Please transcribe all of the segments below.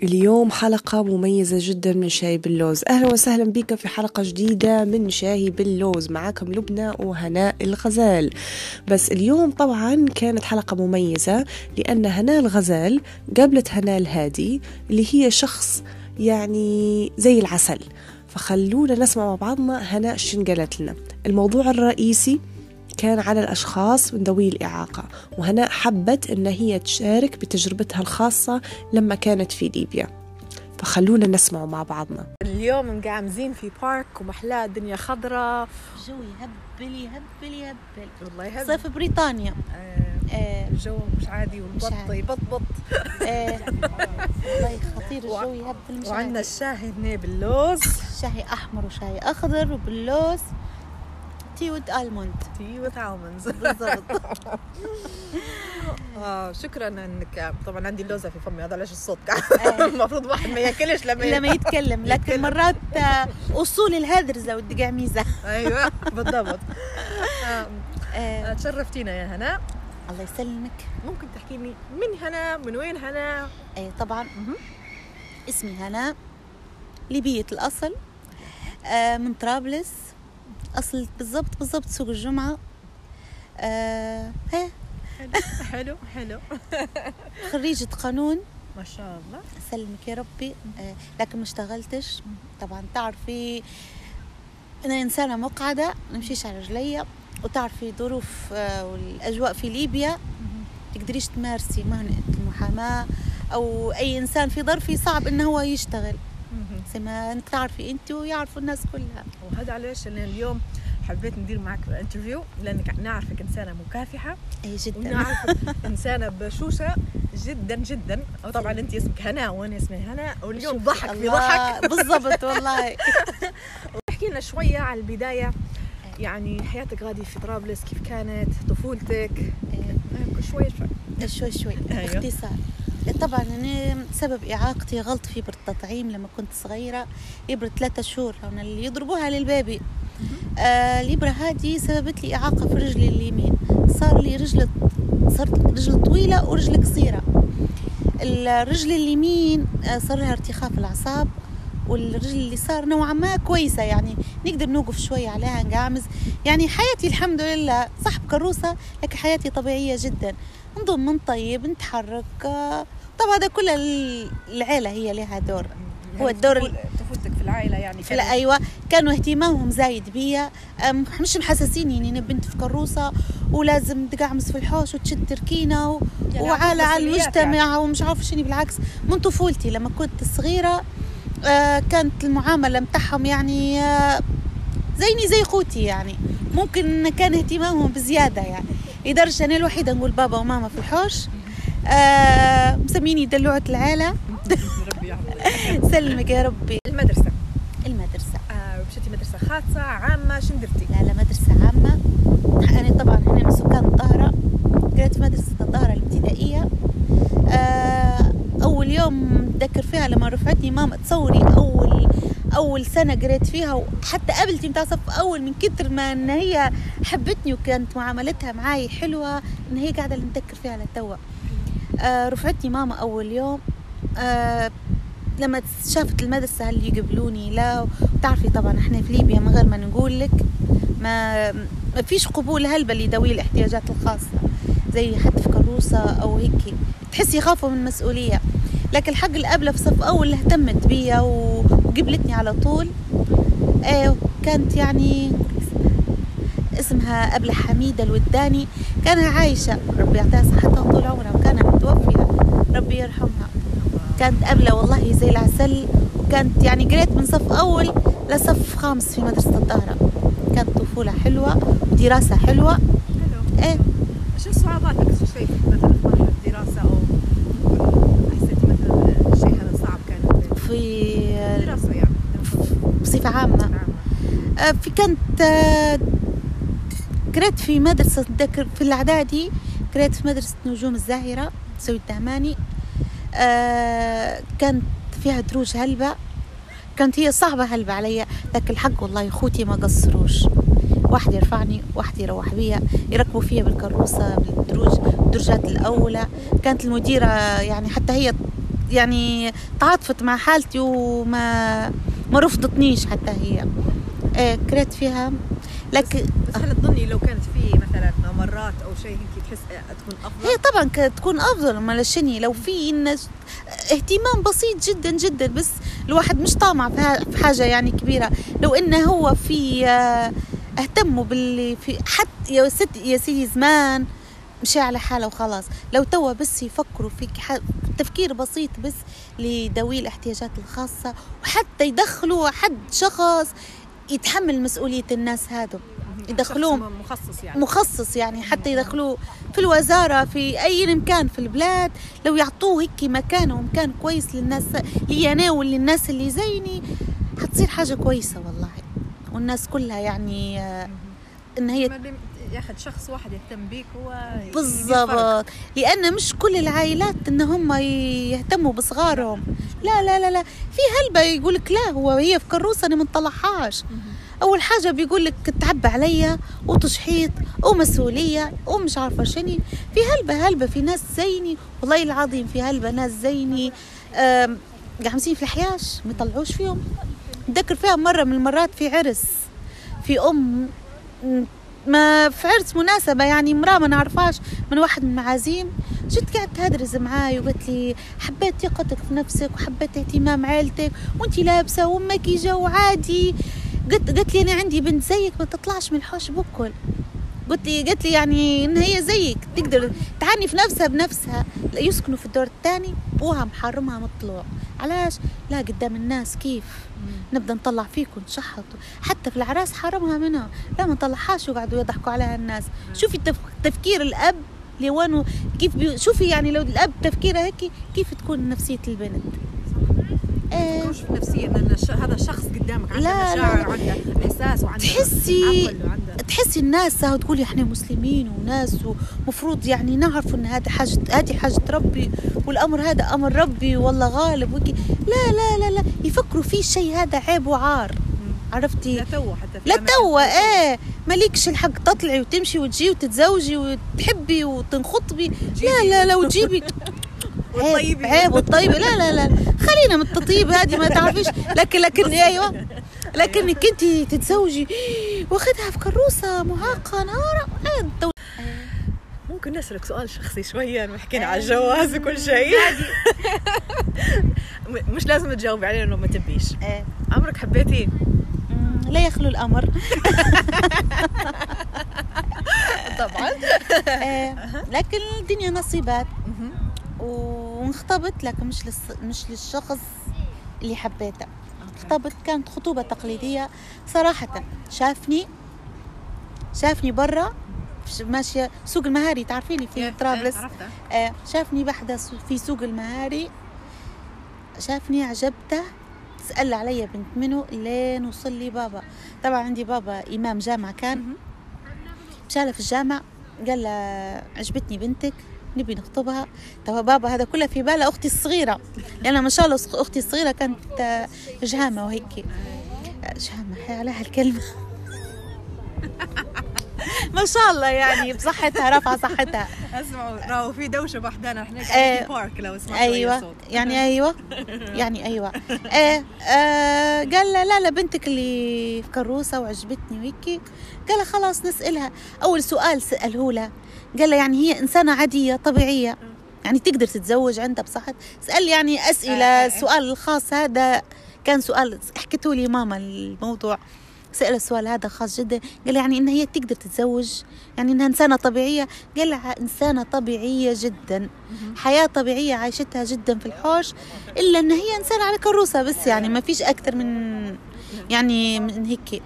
اليوم حلقة مميزة جدا من شاي باللوز. أهلا وسهلا بكم في حلقة جديدة من شاي باللوز. معاكم لبنى وهناء الغزال. بس اليوم طبعا كانت حلقة مميزة لأن هناء الغزال قابلت هناء الهادي اللي هي شخص يعني زي العسل. فخلونا نسمع مع بعضنا هناء شن قالت لنا. الموضوع الرئيسي كان على الأشخاص من ذوي الإعاقة، وهناء حبت أن هي تشارك بتجربتها الخاصة لما كانت في ليبيا. فخلونا نسمع مع بعضنا. اليوم مقامزين في بارك ومحلاه الدنيا خضراء، جو يهبل يهبل يهبل والله يهبل. صيف بريطانيا. الجو مش عادي والبط يبطبط. والله خطير الجو يهبل مش وعندنا عادي. الشاهي هنا باللوز، شاي أحمر وشاي أخضر وباللوز، تي ود آلموند. تي وتعاومنز بالضبط. شكرا انك طبعا عندي اللوزه في فمي، هذا ليش الصوت المفروض واحد ما ياكلش لما يتكلم، لكن مرات أصول الهدرزة والدقعميزة. ايوه بالضبط. تشرفتينا يا هناء. الله يسلمك. ممكن تحكي لي من هناء، من وين هناء؟ طبعا اسمي هناء، ليبية الأصل، من طرابلس، أصل بالضبط سوق الجمعة. حلو خريجة قانون ما شاء الله. سلمك يا ربي. لكن ما اشتغلتش طبعا. تعرفي أنا إنسانة مقعدة، نمشيش على رجلي، وتعرفي ظروف والأجواء في ليبيا تقدريش تمارسي مهنة المحاماة أو أي إنسان في ظرفي صعب إنه هو يشتغل زي ما أنت تعرفي أنت ويعرفوا الناس كلها. وهذا علاش أنا اليوم حبيت ندير معك انترفيو، لأنك نعرفك إنسانة مكافحة جدا، ونعرفك إنسانة بشوشة جدا جدا. وطبعا أنت اسمك هناء وأنا اسمي هناء، واليوم ضحك بضحك. بالضبط والله. احكي لنا شوية على البداية، يعني حياتك غادي في طرابلس كيف كانت، طفولتك شوي أيوة. باختصار طبعا أنا سبب إعاقتي غلط في إبرة التطعيم لما كنت صغيرة، إبرة 3 شهور هنا اللي يضربوها للبيبي. الإبرة هذه سببت لي إعاقة في رجلي اليمين، صارت رجل طويلة ورجل قصيرة. الرجل اليمين صار لها ارتخاء في الأعصاب، والرجل اللي صار نوعا ما كويسة، يعني نقدر نوقف شوية عليها نقعمز. يعني حياتي الحمد لله صح بكروسة، لكن حياتي طبيعية جدا، نضم من طيب نتحرك. طبعا هذا كل العيلة هي لها دور. هو الدور طفولتك في العائلة يعني لا أيوة، كانوا اهتمامهم زايد بيا، مش محسسيني إني بنت في كروسة ولازم تقعمز في الحوش وتشد تركينة يعني وعلى المجتمع يعني. ومش عارف شنو. بالعكس من طفولتي لما كنت صغيرة كانت المعاملة متاعهم يعني زيني زي خوتي، يعني ممكن كان اهتمامهم بزيادة، يعني لدرجة أنا الوحيدة نقول بابا وماما في الحوش. مسميني دلوعة العيلة. سلمك يا ربي. المدرسة مشيتي مدرسة خاصة عامة، شن درتي؟ لا مدرسة عامة. أنا طبعا إحنا من سكان الطهرة، قريت في مدرسة الطهرة الابتدائية. أول يوم أتذكر فيها لما رفعتني ماما، تصوري أول سنة قريت فيها، وحتى قبلتي متاع صف أول من كتر ما إن هي حبتني وكانت معاملتها معاي حلوة، إن هي قاعدة اللي نتذكر فيها للتوه. رفعتني ماما أول يوم. لما شافت المدرسة اللي يقبلوني لا، وتعرفي طبعا احنا في ليبيا من غير ما نقول لك ما فيش قبول هلبة لذوي الاحتياجات الخاصة، زي حتى في كروسة أو هيك تحسي يخافوا من المسؤولية. لكن الحق الأبلة في صف أول اللي اهتمت بيا وقبلتني على طول. كانت يعني اسمها أبلة حميدة الوداني، كانها عايشة ربي يعطيها صحتها طول عمرها، وكانت متوفية ربي يرحمها. كانت أبلة والله زي العسل، وكانت يعني قريت من صف أول لصف 5 في مدرسة الطهرة. كانت طفولة حلوة ودراسة حلوة. شو الصعوبات أكثر شيء مثلا في مرحلة الدراسة، أو حسيتي مثلا الشيء هذا صعب كان في الدراسة يعني بصفة عامة؟ كانت قريت في مدرسة ذكر في الإعدادي، قريت في مدرسة نجوم الزاهرة سوي الدهماني. كانت فيها دروج هلبة، كانت هي صعبة هلبة علي، لكن الحق والله اخوتي ما قصروش، واحد يرفعني واحد يروح بيا، يركبوا فيها بالكروسة بالدروج الدرجات الأولى. كانت المديرة يعني حتى هي يعني تعاطفت مع حالتي ما رفضتنيش حتى هي. كرهت فيها. لكن بس هل تظني لو كانت في مثلا مرات او شيء هيك تحس تكون افضل؟ هي طبعا تكون افضل، ما لشني لو في الناس اهتمام بسيط جدا جدا، بس الواحد مش طامع في حاجه يعني كبيره. لو انه هو في اهتموا باللي في حتى يا سيدي زمان مشي على حاله وخلاص. لو توا بس يفكروا فيك تفكير بسيط بس لذوي الاحتياجات الخاصه، وحتى يدخلوا حد شخص يتحمل مسؤوليه الناس هذا، يدخلوه مخصص يعني حتى يدخلوه في الوزارة في أي مكان في البلاد. لو يعطوه هيك مكانه ومكان كويس للناس لي أنا وللناس اللي زيني، حتصير حاجة كويسة والله. والناس كلها يعني إن هي ياخد شخص واحد يهتم بيك هو بالضبط، لأن مش كل العائلات إن هم يهتموا بصغارهم. لا لا لا لا، في هلبة يقولك لا هي في كروسة أنا منطلعهاش. أول حاجة بيقولك تعب عليا وتشحيط ومسؤولية ومش عارفة شني. في هلبة في ناس زيني والله العظيم، في هلبة ناس زيني قاعدين في الحياش ما يطلعوش فيهم. ذكر فيها مرة من المرات في عرس، في ما في عرس مناسبة يعني امرأة ما نعرفهاش من واحد من المعازيم، جيت قاعد تهدرز معاي وقالت لي حبيت ثقتك في نفسك وحبيت اهتمام عائلتك وانتي لابسة ومكيجة وعادي. قلت لي أنا عندي بنت زيك ما تطلعش من الحوش بكل. قلت لي يعني إن هي زيك تقدر تعني في نفسها بنفسها. يسكنوا في الدور الثاني بوها محرمها مطلوع. علاش؟ لا قدام الناس كيف نبدأ نطلع فيكم نشحطوا. حتى في العراس حرمها منها، لا ما نطلعهاش وقعدوا يضحكوا عليها الناس. شوفي تفكير الأب لوانه كيف شوفي يعني لو الأب تفكيره هيك كيف تكون نفسية البنت. مش في نفسيا ان هذا الشخص قدامك عنده مشاعر وعنده احساس وعنده تحسي الناس تقول احنا مسلمين وناس ومفروض يعني نعرف ان هذه حاجه ربي والامر هذا امر ربي والله غالب وكي. لا لا لا لا يفكروا فيه شيء هذا عيب وعار. عرفتي؟ لا توا مالكش الحق تطلعي وتمشي وتجي وتتزوجي وتحبي وتنخطبي. لا لا وتجيبي عيب والطيب. لا لا لا خلينا من التطيب هذه ما تعرفيش. لكن ايوه لكنك انت تتزوجي واخدها في كروسه معاقه نهار. ممكن نسألك سؤال شخصي شويه نحكي على الجواز وكل شيء؟ مش لازم تجاوبي عليه لانه ما تبيش. عمرك حبيتي؟ لا يخلو الامر. طبعا. لكن الدنيا نصيبات وانخطبت، لكن مش للشخص اللي حبيته. خطبت كانت خطوبة تقليدية صراحة. شافني برا ماشية سوق المهاري، تعرفيني في طرابلس. شافني بحدة في سوق المهاري، شافني عجبته، سأل علي بنت منه لين وصل لي بابا. طبعا عندي بابا إمام جامعة كان، مشاله في الجامعة قال له عجبتني بنتك نبي نخطبها. طبعا بابا هذا كله في باله أختي الصغيرة، لأن ما شاء الله أختي الصغيرة كانت جهامة وهيك جهامة عليها الكلمة. ما شاء الله يعني بصحتها رافعة صحتها. اسمعوا راهو في دوشة بحدانا احنا قاعدين في بارك لو سمعتوا أيوة صوت. يعني أيوة قال لا بنتك اللي في كروسة وعجبتني وهيك. قال له خلاص نسألها. أول سؤال سأله له قال له يعني هي إنسانة عادية طبيعية يعني تقدر تتزوج عندها بصحة؟ سأل يعني أسئلة. السؤال الخاص هذا كان سؤال حكيته لي ماما الموضوع، سأل السؤال هذا خاص جدا. قال يعني إن هي تقدر تتزوج يعني إنها إنسانة طبيعية؟ قال لها إنسانة طبيعية جدا، حياة طبيعية عايشتها جدا في الحوش، إلا إن هي إنسانة على كروسة بس، يعني ما فيش أكثر من يعني من هيك.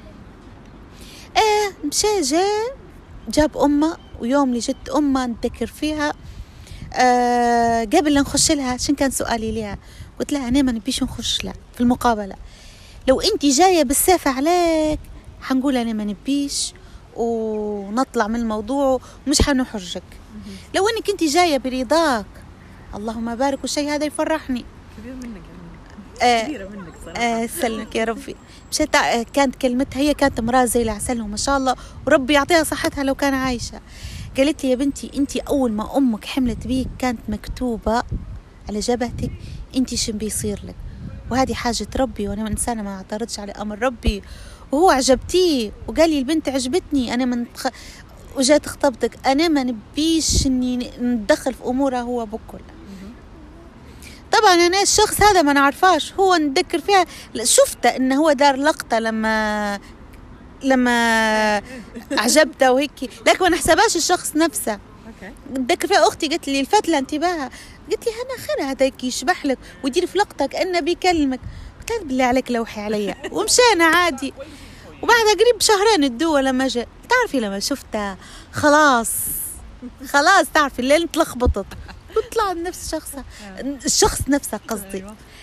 مشى جاب أمه، ويوم اللي جت أمه نتذكر فيها قبل لا نخش لها شن كان سؤالي لها؟ قلت لها أنا ما نبيش نخش لها في المقابلة. لو أنت جاية بالسيف عليك حنقول أنا ما نبيش ونطلع من الموضوع ومش حنحرجك. لو أنك أنت جاية برضاك اللهم بارك، والشيء هذا يفرحني. كبير منك يعني. كبيرة منك صراحة. سلمك يا ربي. مشيت كانت كلمتها، هي كانت امرأة زي العسل وما شاء الله، وربي يعطيها صحتها لو كان عايشة. قالت لي يا بنتي أنت أول ما أمك حملت بيك كانت مكتوبة على جبهتك انت شو بيصير لك. وهذه حاجة ربي، وانا إنسانة ما اعترضش على امر ربي. وهو عجبتيه وقال لي البنت عجبتني، انا وجات خطبتك، انا ما نبيش اني ندخل في اموره هو بكل. طبعا انا الشخص هذا ما نعرفاش، هو نتذكر فيها شفته انه هو دار لقطة لما عجبته وهيك، لكن ما نحسبهاش الشخص نفسه. نتذكر فيها اختي قالت لي الفت له انتباهها، قلت لي انا خير هذاك يشبح لك ويدير في لقطك كانه بيكلمك، قلت لها بالله عليك لوحي عليا ومشينا عادي. وبعدها قريب شهرين الدوا لما جاء، تعرفي لما شفتها خلاص تعرفي الليل تلخبطت وطلع نفس الشخص نفسه قصدي.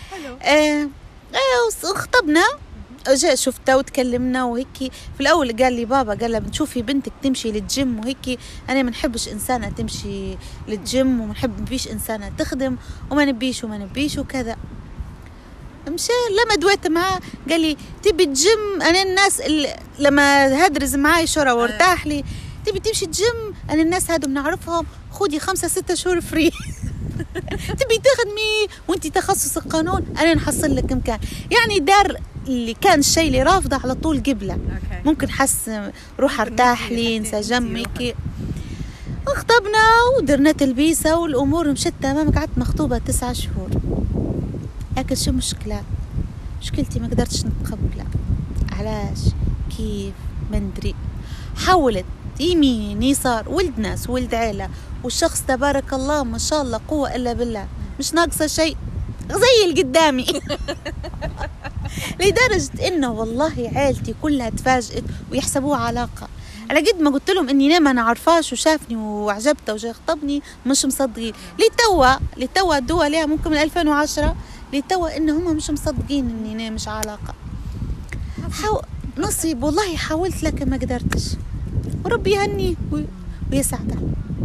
خطبنا، جاء شفتها وتكلمنا وهيك. في الاول قال لي بابا، قال لها بتشوفي بنتك تمشي للجيم وهيك، انا ما نحبش انسانه تمشي للجيم وما نبيش انسانه تخدم وما نبيش وكذا. مشى لما دويت معاه قال لي تبي الجيم، انا الناس اللي لما هدرز معاي شورى وارتاح لي تبي تمشي الجيم، انا الناس هادو بنعرفهم، خدي 5-6 شهور فري تبي تخدمي وانتي تخصص القانون، انا نحصل لك مكان. يعني دار اللي كان الشيء اللي رافضه على طول قبله. ممكن حس روح ارتاح لي انسجم هيك. خطبنا ودرنا تلبيسه والامور مشت تمام. قعدت مخطوبه 9 شهور. لكن شو مشكلتي ما قدرتش نتقبلها. علاش؟ كيف؟ ما ندري. حاولت يمين يسار، ولد ناس ولد عيله، والشخص تبارك الله ما شاء الله قوه الا بالله، مش ناقصه شيء زي اللي قدامي لدرجه انه والله عيلتي كلها تفاجئت ويحسبوها علاقه. على قد ما قلت لهم اني ما نعرفاش وشافني وعجبته وجاي خطبني مش مصدقين. لتوا الدوا ليها ممكن من 2010 لتوا ان هم مش مصدقين اني مش علاقه. نصيب والله، حاولت لكن ما قدرتش، وربي يهنيه ويسعده.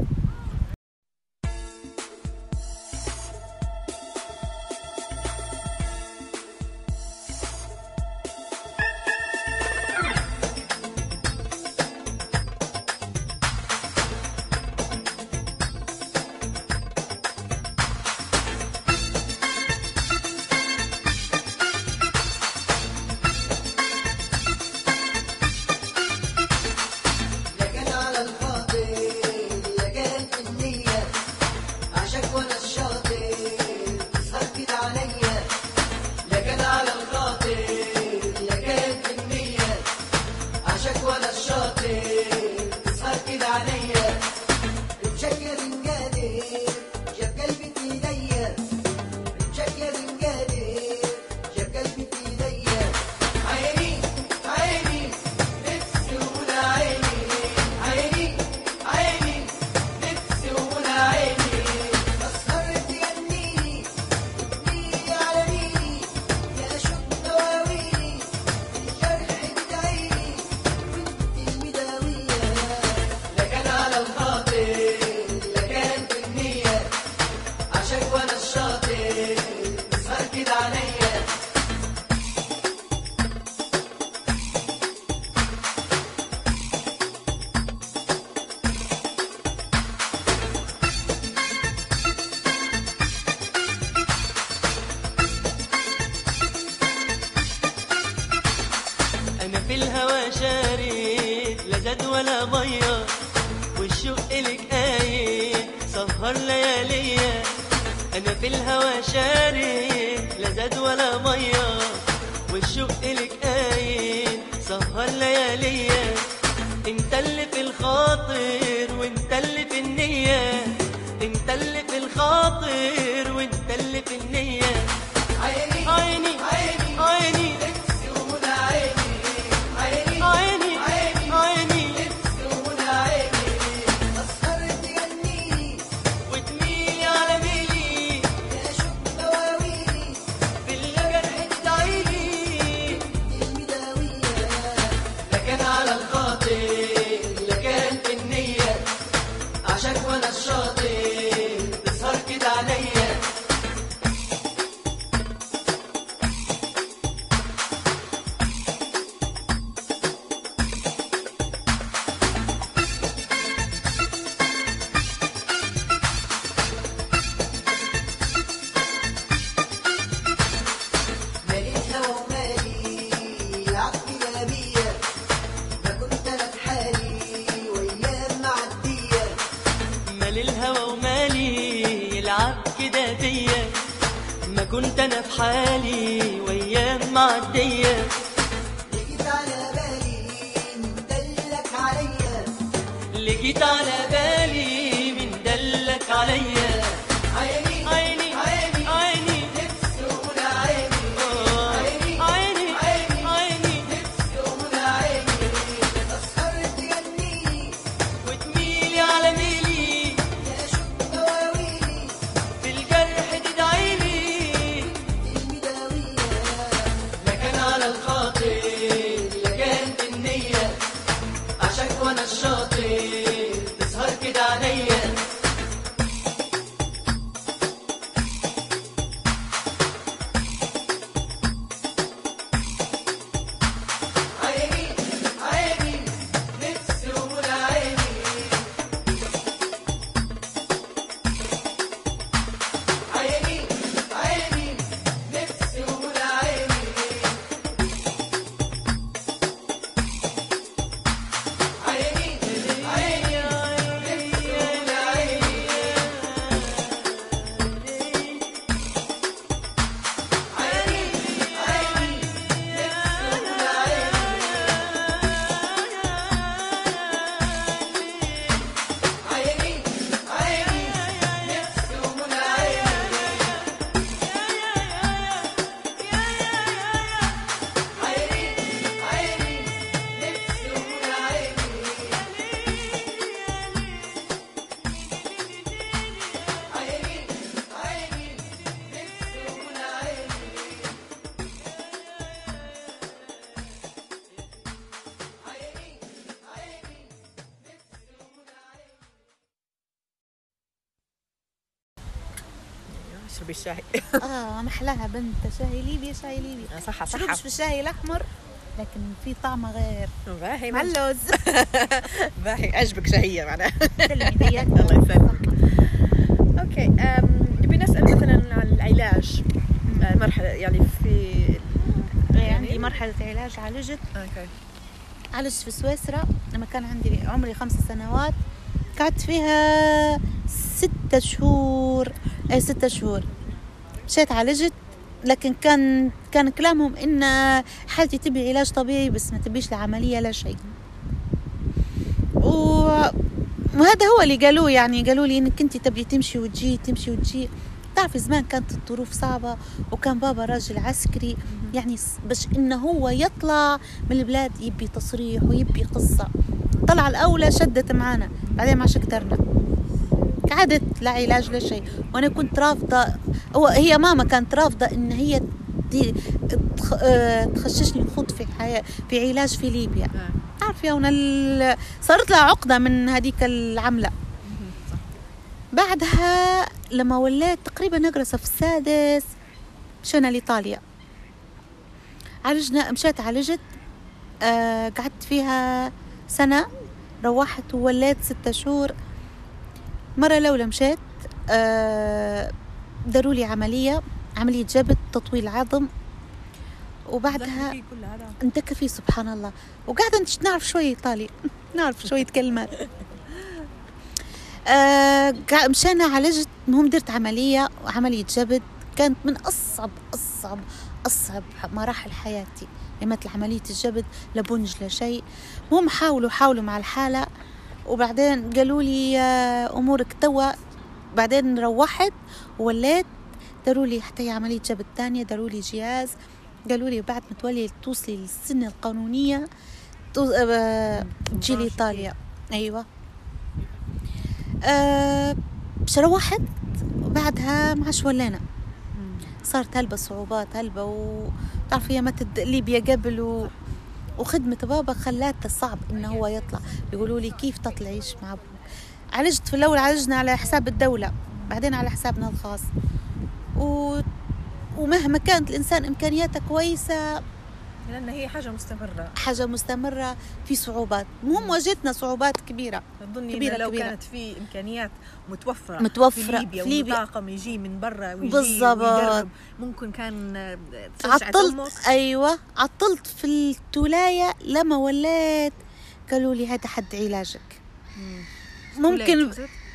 في الهوى شارد لا زاد ولا ميه، والشوق لك قايد سهر لياليا. انا في الهوى شارد لا زاد ولا ميه، والشوق لك قايد سهر لياليا. انت اللي في الخاطر وانت اللي في النيه، انت اللي في الخاطر وانت اللي في النيه. عيني عيني عيني عيني مال الهوى ومالي يلعب كده بيا، ما كنت انا في حالي وايام معديه. لقيت على بالي من دلك عليا، لقيت على بالي من دلك عليا. عيني عيني عيني عيني نفسي ومنى عيني، عيني عيني عيني عيني نفسي ومنى عيني، تسهر تغنيلي وتميلي على ميلي، يا شوق دواويلي في الجرح تدعيلي. المداوية. لا كان على الخاطر لا كان في النية، عشاك وانا الشاطر تسهر كده عليا. عيني عيني نفسي ومنى عيني، عيني عيني نفسي ومنى عيني، عيني عيني نفسي ومنى عيني، عيني عيني نفسي ومنى عيني، عيني عيني نفسي ومنى عيني، عيني عيني نفسي ومنى عيني، عيني عيني نفسي ومنى عيني، اشربي الشاي. محلاها بنت شاي ليبيا، شاي ليبيا صحة شربش في الشاي الاحمر لكن في طعمه غير باهي مع اللوز. باهي عجبك شهية معناها. تلميذيات. الله يسلمك. اوكي نبي نسأل مثلا عن العلاج، مرحلة يعني في عندي مرحلة علاج عالجت اوكي عالجت في سويسرا لما كان عندي عمري 5 سنوات، قعدت فيها 6 شهور. 6 شهور مشيت عالجت، لكن كان كلامهم ان حالتي تبي علاج طبيعي بس ما تبيش لعملية لا شيء. وهذا هو اللي قالوه، يعني قالوا لي انك انت تبي تمشي وتجي تمشي وتجي. تعرف زمان كانت الظروف صعبة، وكان بابا راجل عسكري، يعني باش انه هو يطلع من البلاد يبي تصريح ويبي قصة. طلع الاولى شدت معانا، بعدين ما قدرنا، قعدت لا علاج لا شيء. وانا كنت رافضة، هي ماما كانت رافضة ان هي تخششني نخوض في علاج في ليبيا. عارف يا صارت لها عقدة من هذيك العملة. بعدها لما وليت تقريبا نقرأ صف 6 مشينا لإيطاليا، مشيت عالجت. قعدت فيها سنة، روحت ووليت 6 شهور. مرة الأولى مشيت داروا لي عملية جبت تطويل عظم، وبعدها انتكى فيه سبحان الله. وقاعدة نعرف شوية إيطالي، نعرف شوية كلمات. مشينا عالجت، المهم درت عملية جبت، كانت من أصعب مراحل حياتي. لمت عملية الجبد لا بنج لا شيء. المهم حاولوا مع الحالة، وبعدين قالوا لي أمورك توا. بعدين روحت ووليت، داروا لي حتى هي عملية جبد تانية، داروا لي جهاز، قالوا لي بعد ما تولي توصلي للسن القانونية تجي لإيطاليا. أيوة. باش روحت، وبعدها معاش ولينا، صارت هلبة صعوبات وتعرفي يا ليبيا قبل وخدمة بابا خلاته صعب إنه هو يطلع. يقولوا لي كيف تطلعيش مع أبوك. عالجت في الأول، عالجنا على حساب الدولة، بعدين على حسابنا الخاص. ومهما كانت الإنسان إمكانياته كويسة، لأن هي حاجة مستمرة في صعوبات. المهم واجهتنا صعوبات كبيرة. أظن لو كانت في إمكانيات متوفرة في ليبيا وطاقم يجي من برا ويجي ويجرب، ممكن كان عطلت. أيوة عطلت في الولاية. لما وليت قالوا لي هذا حد علاجك. ممكن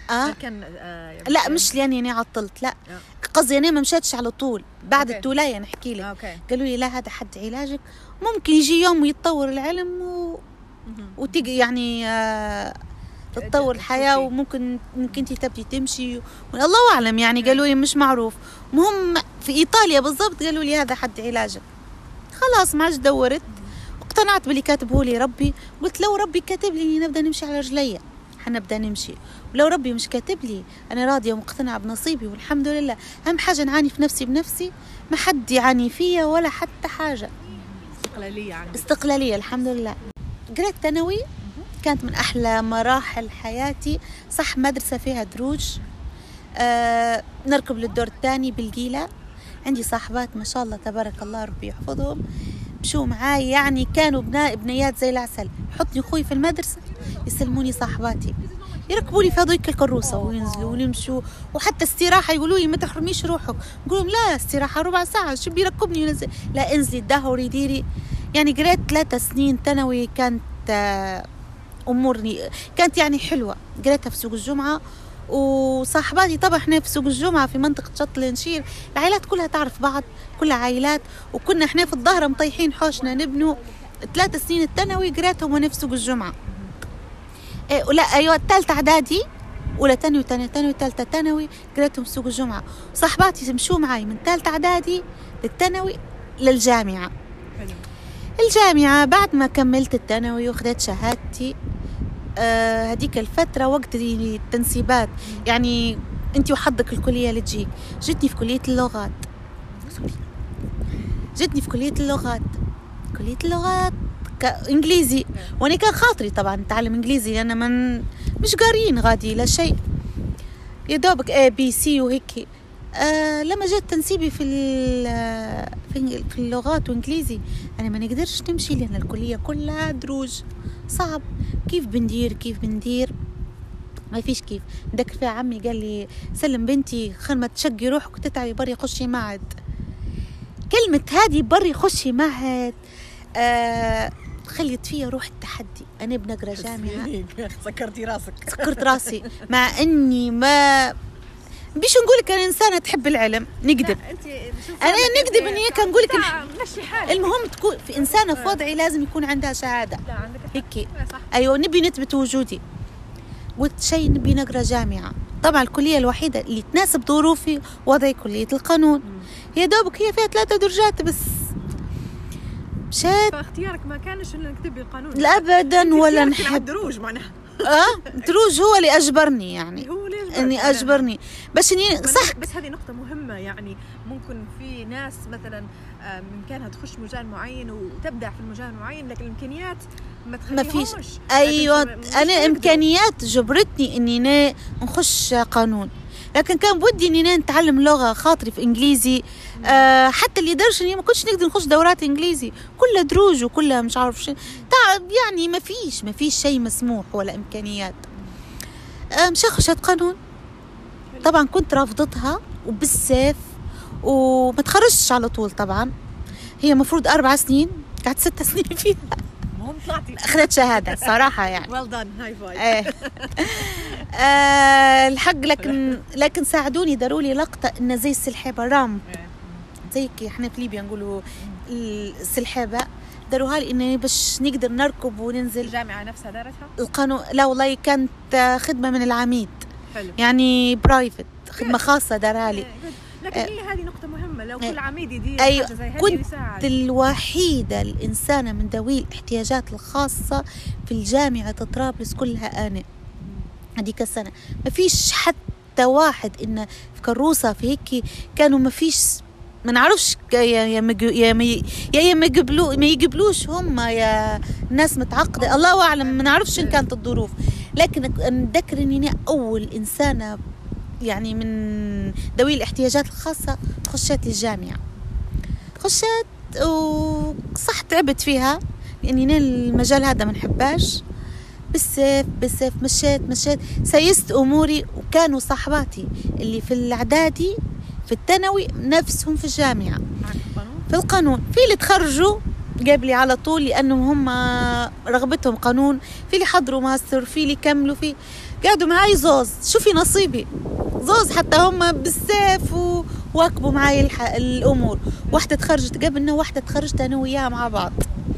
آه. كان لا مش لاني عطلت، لا قصدي انا ما مشيتش على طول بعد أوكي. التولايه نحكي لك. اوكي. قالوا لي لا هذا حد علاجك، ممكن يجي يوم ويتطور العلم وتيجي يعني تتطور الحياه، وممكن انك انت تبدي تمشي الله اعلم يعني. قالوا لي مش معروف. مهم في ايطاليا بالضبط قالوا لي هذا حد علاجك. خلاص ما عادش دورت، اقتنعت باللي كاتبه لي ربي. قلت لو ربي كاتب لي نبدا نمشي على رجلي حنبدا نمشي، ولو ربي مش كاتب لي انا راضيه ومقتنعه بنصيبي والحمد لله. اهم حاجه نعاني في نفسي بنفسي، ما حد يعاني فيا ولا حتى حاجه. استقلاليه عندك. استقلاليه الحمد لله. قريت ثانوي كانت من احلى مراحل حياتي. صح مدرسه فيها دروج، نركب للدور الثاني بالقيله. عندي صاحبات ما شاء الله تبارك الله ربي يحفظهم، مشوا معاي يعني كانوا بنيات زي العسل. يحطني اخوي في المدرسه يسلموني صاحباتي، يركبوا لي في هذيك الكروسه وينزلوا ونمشوا. وحتى استراحه يقولوا لي ما تحرميش روحك، نقول لهم لا استراحه ربع ساعه شو بيركبني وينزل. لا انزلي دهوري ديري. يعني قريت 3 سنين ثانوي، كانت امورني كانت يعني حلوه. قريتها في سوق الجمعه، وصاحباتي طبعا احنا في سوق الجمعه في منطقه شط الانشير، العائلات كلها تعرف بعض، كلها عائلات. وكنا احنا في الظهر مطيحين حوشنا نبنوا. 3 سنين الثانوي قريتهم وانا في سوق الجمعه. ولا ايوه ثالثه اعدادي، اولى ثانوي وثانيه ثانوي ثالثه ثانوي قريتهم في سوق الجمعه. صاحباتي مشوا معي من ثالثه اعدادي للثانوي للجامعه. الجامعه بعد ما كملت الثانوي واخذت شهادتي، هذيك الفتره وقت التنسيبات، يعني انت وحظك الكليه اللي تجيك. جتني في كليه اللغات، كليه اللغات انجليزي. وانا كان خاطري طبعا نتعلم انجليزي، لان من مش قاريين غادي لا شيء، يا دوبك اي بي سي وهيك. لما جت تنسيبي في اللغات وانجليزي، انا ما نقدرش نمشي لان الكليه كلها دروج، صعب. كيف بندير ما فيش كيف. ذكر فيها عمي قال لي سلم بنتي خل ما تشقي روحك وتتعبي بري خشي معهد. كلمه هذه بري خشي معهد خليت فيها روح التحدي. انا بنقرا جامعه سكرت راسي مع اني ما بيش نقولك انا انسانه تحب العلم، نكذب. انا نكذب اني كان نقولك المهم تكون في انسانه في وضعي لازم يكون عندها شهاده هيك. ايوه نبي نثبت وجودي. قلت شيء نبي نقرا جامعه. طبعا الكليه الوحيده اللي تناسب ظروفي وضعي كليه القانون، يا دوبك هي فيها 3 درجات بس. مشيت. فاختيارك ما كانش انك تبي القانون لا ابدا ولا نحب دروج معناها. دروج هو اللي اجبرني، يعني هو اني اجبرني بس اني صح. بس هذه نقطة مهمة، يعني ممكن في ناس مثلا بإمكانها تخش مجال معين وتبدع في المجال المعين، لكن الإمكانيات ما فيش. تخليهمش. ايوه انا امكانيات جبرتني اني نخش قانون، لكن كان بودي اني نتعلم لغه خاطري في انجليزي. حتى اللي درش اني ما كنتش نقدر نخش دورات انجليزي، كلها دروج وكلها مش عارف شيء. يعني ما فيش شيء مسموح ولا امكانيات. مش خشيت قانون. طبعا كنت رافضتها وبالسيف وما تخرجتش على طول. طبعا هي مفروض 4 سنين، قعدت 6 سنين فيها. المهم طلعتي اخذت شهاده صراحه يعني. well done هاي فاي. الحق. لكن ساعدوني، داروا لي لقطه انه زي السلحفه رامب، زي كي احنا في ليبيا نقولوا السلحفه، داروها لي اني باش نقدر نركب وننزل. الجامعه نفسها دارتها القانون؟ لا والله كانت خدمه من العميد. حلو. يعني برايفت، خدمه خاصه دارها لي. لكن هي هذه نقطة مهمة، لو كل عميد يدير أيوة. حاجة زي هذه كنت يساعد. الوحيدة الإنسانة من ذوي الاحتياجات الخاصة في الجامعة طرابلس كلها. أنا هذيك السنة ما فيش حتى واحد إن في كروسة في هيك كانوا، ما فيش، ما نعرفش يا ما يقبلوش هم، يا الناس متعقدة الله أعلم، ما نعرفش إن كانت الظروف. لكن أتذكر إني أول إنسانة يعني من ذوي الاحتياجات الخاصة خشيت الجامعة. خشيت وصح تعبت فيها لأني المجال هذا ما نحباش. بالسيف مشيت سيست أموري. وكانوا صاحباتي اللي في الإعدادي في الثانوي نفسهم في الجامعة في القانون، في اللي تخرجوا قبلي على طول لأنهم هم رغبتهم قانون، في اللي حضروا ماستر، في اللي كملوا، في قعدوا معي زوز، شوفي نصيبي زوز، حتى هم بالسيف وواكبوا معي الامور. واحده تخرجت قبلنا وواحده تخرجت انا وياها مع بعض.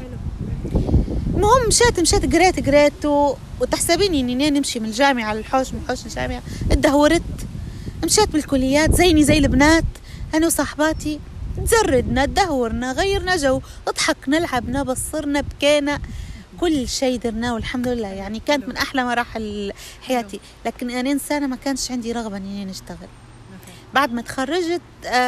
المهم مشيت قريت وتحسبيني اني نمشي من الجامعه للحوش، من الحوش للجامعه. اتدهورت، مشيت بالكليات زيني زي البنات انا وصاحباتي، تزردنا تدهورنا غيرنا جو، ضحكنا لعبنا بصرنا بكينا، كل شيء درناه والحمد لله. يعني كانت من احلى مراحل حياتي. لكن انا انسانه ما كانش عندي رغبه اني نشتغل. بعد ما تخرجت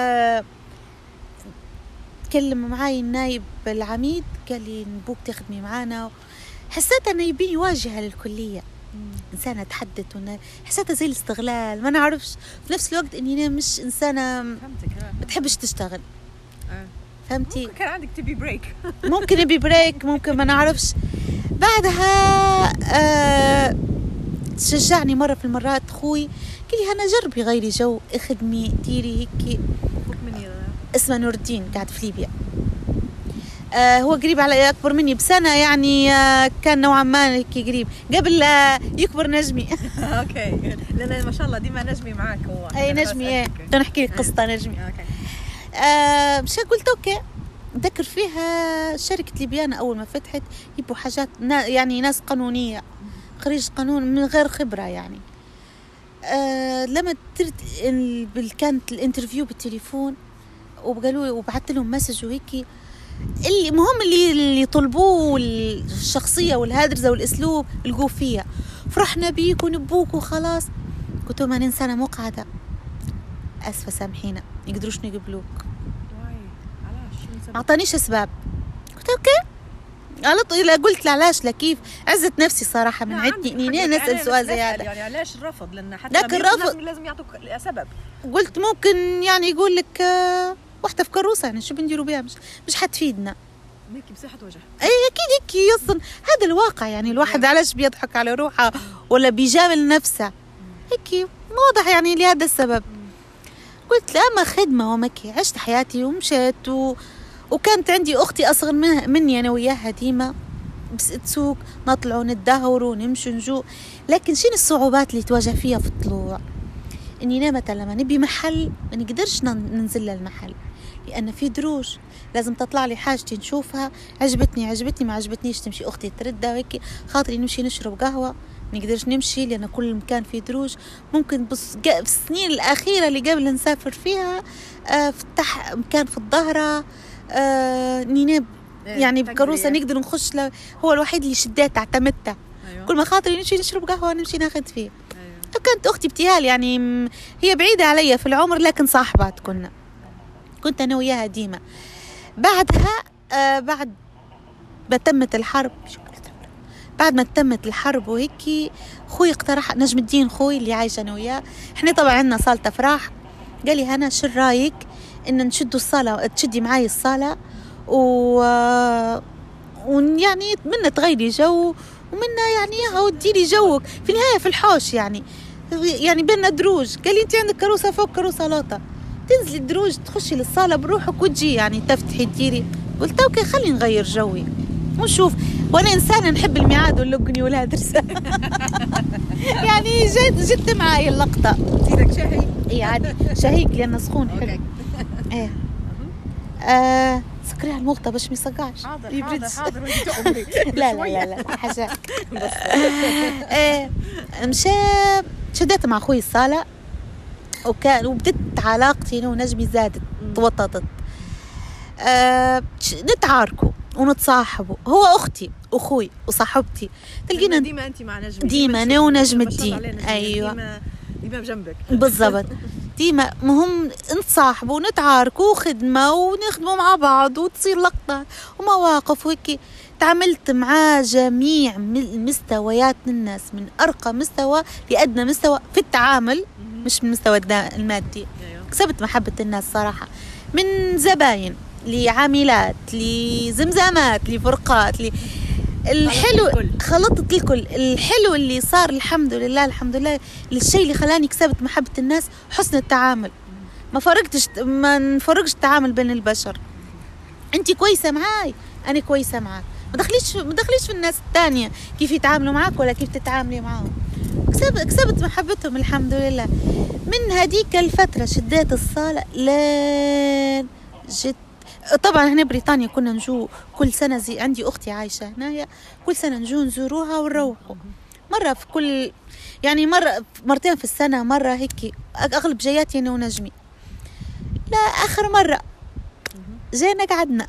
تكلم معاي النايب العميد قال لي نبوك تخدمي معانا. حسيت انه يبيني واجهه للكليه، انسانه تحدث، حسيتها زي الاستغلال، ما نعرفش. في نفس الوقت اني انا مش انسانه بتحبش تشتغل. فهمتي؟ كان عندك تبي بريك. ممكن ابي بريك، ممكن ما نعرفش. بعدها شجعني مره في المرات اخوي قال لي هنا جربي غيري جو، اخدمي ديري هيك. اسمه نور الدين قاعد في ليبيا. هو قريب علي، اكبر مني بسنه يعني. كان نوعا ما هيك قريب قبل يكبر نجمي. اوكي، لان ما شاء الله ديما نجمي معاك هو. اي نجمي، ايه بدنا نحكي لك قصه نجمي. مش قلت اوكي. ذكر فيها شركه ليبيانا اول ما فتحت يبوا حاجات يعني ناس قانونيه، خريج قانون من غير خبره يعني. لما كانت الانترفيو بالتليفون وقالوا لي، وبعثت لهم مسج وهيك، اللي مهم اللي طلبوه الشخصيه والهادرزه والاسلوب لقوه فيها. فرحنا بيك ونبوك وخلاص. قلت لهم انا انسانه مقعده، اسفه سامحينا يقدروش يقبلوك. اعطانيش اسباب. قلت اوكي على طول. قلت لا علاش لا كيف، عزت نفسي صراحه من عندي اني نسال سؤال زي هذا. يعني علاش الرفض؟ لان حتى لكن الرفض لازم يعطوك سبب. قلت ممكن يعني يقول لك واحده في كروسه، يعني شو بنديروا بها، مش حتفيدنا. هيك بصحة وجه. اي اكيد هيك اصلا هذا الواقع. يعني الواحد علاش بيضحك على روحه ولا بيجامل نفسه هيك واضح يعني لهذا السبب. قلت لا ما خدمه ومكي. عشت حياتي ومشيت وكانت عندي اختي اصغر مني انا وياها ديما بس تسوق، نطلعوا نتدهوروا ونمشوا نجو. لكن شنو الصعوبات اللي تواجه فيها في الطلوع؟ اني مثلا لما نبي محل ما نقدرش ننزل للمحل لان في دروج، لازم تطلع لي حاجتي نشوفها، عجبتني ما عجبتنيش تمشي اختي تردها وهيك، خاطري نمشي نشرب قهوه نقدرش نمشي لان كل مكان فيه دروج. ممكن بس في السنين الاخيره اللي قبل نسافر فيها فتح مكان في الظهره نيناب يعني بكروسه نقدر نخش له، هو الوحيد اللي شديت اعتمدته. أيوة. كل ما خاطري نمشي نشرب قهوه نمشي ناخذ فيه. أيوة. كانت اختي ابتهال يعني هي بعيده علي في العمر لكن صاحبات كنت انا وياها ديما. بعدها بعد ما تمت الحرب، وهيك خوي اقترح، نجم الدين خوي اللي عايشه انا وياه، احنا طبعا عندنا صاله افراح، قال لي هنا شو رايك ان نشدوا الصاله، تشدي معي الصاله ويعني منا تغيري جو ومنا يعني وديري جوك في النهايه في الحوش يعني بيننا دروج. قال لي انت عندك كروسه فوق كروسه لوطه، تنزلي الدروج تخشي للصاله بروحك وتجي يعني تفتحي تديري. قلت اوكي خلي نغير جوي ونشوف. وانا انسانه نحب الميعاد واللقني والهدرسه. يعني جد معي اللقطه. زيدك شاهي؟ اي عادي شهيك لانه سخون حلو. ايه سكريها الملطه باش ما يصقعش. حاضر وانت تؤمري. لا حاجه بس. مشى شديت مع اخوي الصاله وبدت علاقتي انا ونجمي زادت توططت. نتعاركوا ونتصاحبوا، هو اختي واخوي وصاحبتي. تلقينا ديما انت مع نجم، ديما انا ونجم الدين. ايوه ديما بجنبك بالضبط. ديما مهم نتصاحبوا ونتعاركوا وخدمه ونخدموا مع بعض وتصير لقطه ومواقف وهيك. تعاملت مع جميع مستويات الناس من ارقى مستوى لادنى مستوى في التعامل، مش من المستوى المادي. كسبت محبه الناس صراحه، من زباين لعاملات لزمزامات لفرقات الحلو، خلطت الكل. الحلو اللي صار الحمد لله الشيء اللي خلاني كسبت محبة الناس حسن التعامل. ما نفرقش التعامل بين البشر. انت كويسة معاي انا كويسة معاك، ما دخليش في الناس الثانية كيف يتعاملوا معاك ولا كيف تتعاملي معاهم. كسبت محبتهم الحمد لله. من هذيك الفترة شديت الصالة لين جيت. طبعا هنا بريطانيا كنا نجو كل سنة، زي عندي أختي عايشة هنايا، كل سنة نجو نزوروها ونروحوا مرة في كل، يعني مرتين في السنة، مرة هيك. أغلب جياتي أنا ونجمي. لا آخر مرة جينا قعدنا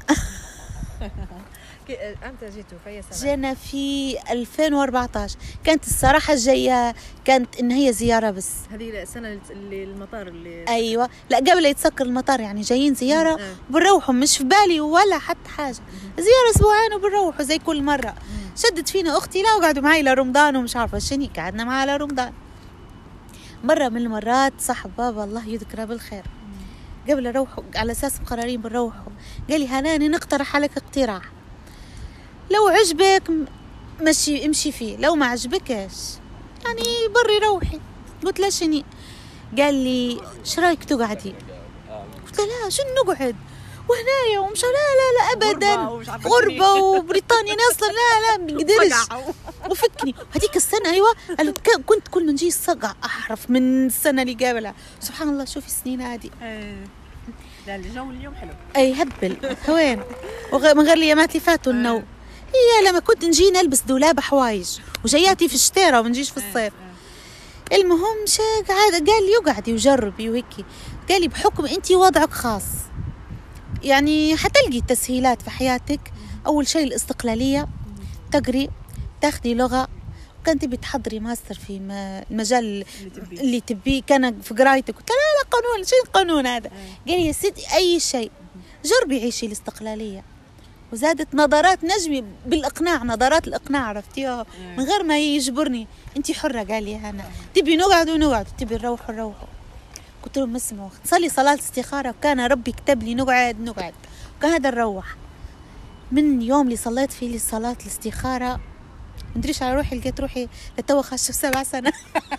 امتى جيتوا في اي سنه؟ جينا في 2014. كانت الصراحة جاية كانت إن هي زيارة بس. هذه السنه اللي المطار اللي أيوة، لا قبل يتسكر المطار، يعني جايين زيارة بنروحوا، مش في بالي ولا حتى حاجة، زيارة أسبوعين وبنروحوا زي كل مرة. شدت فينا أختي لا وقعدوا معي لرمضان ومش عارفة شني، قعدنا معها لرمضان. مرة من المرات صاحب بابا الله يذكره بالخير قبل أروحوا على أساس مقررين بنروحوا، قال لي هناني نقترح عليك اقتراح، لو عجبك مشي امشي فيه، لو ما عجبكش يعني بري روحي. قلت له شني؟ قال لي ايش رايك تقعدي؟ قلت له لا شنو نقعد وهنايا ومش لا ابدا، غربه وبريطانيا اصلا لا ما نقدرش وفكني. هذيك السنه ايوه كنت كل ما نجي الصقع احرف من السنه اللي قبلها. سبحان الله شوفي السنين هذه. لا الجو اليوم حلو. اي هبل وين من غير اليامات اللي فاتوا النوم. هي لما كنت نجي نلبس دولاب حوايج وجياتي في الشتاء وما نجيش في الصيف. المهم قال لي اقعدي وجربي وهيك. قال لي بحكم انتي وضعك خاص يعني حتلقي تسهيلات في حياتك. اول شيء الاستقلاليه، تقري تاخدي لغه، كنت تبي تحضري ماستر في المجال اللي تبيه كان في قرايتك. قلت لا قانون، شنو القانون هذا؟ قال لي يا ستي اي شيء جربي عيشي الاستقلاليه. وزادت نظرات نجمي بالإقناع، نظرات الإقناع عرفتيها من غير ما يجبرني. أنتي حرة قال لي أنا، تبي نقعد ونقعد، تبي نروحوا. قلت لهم اسمعوا صلي صلاة استخارة، وكان ربي كتب لي نقعد وكان هذا نروح. من يوم اللي صليت فيه صلاة الاستخارة مدريش على روحي، لقيت روحي لتوا خاشه 7 سنة.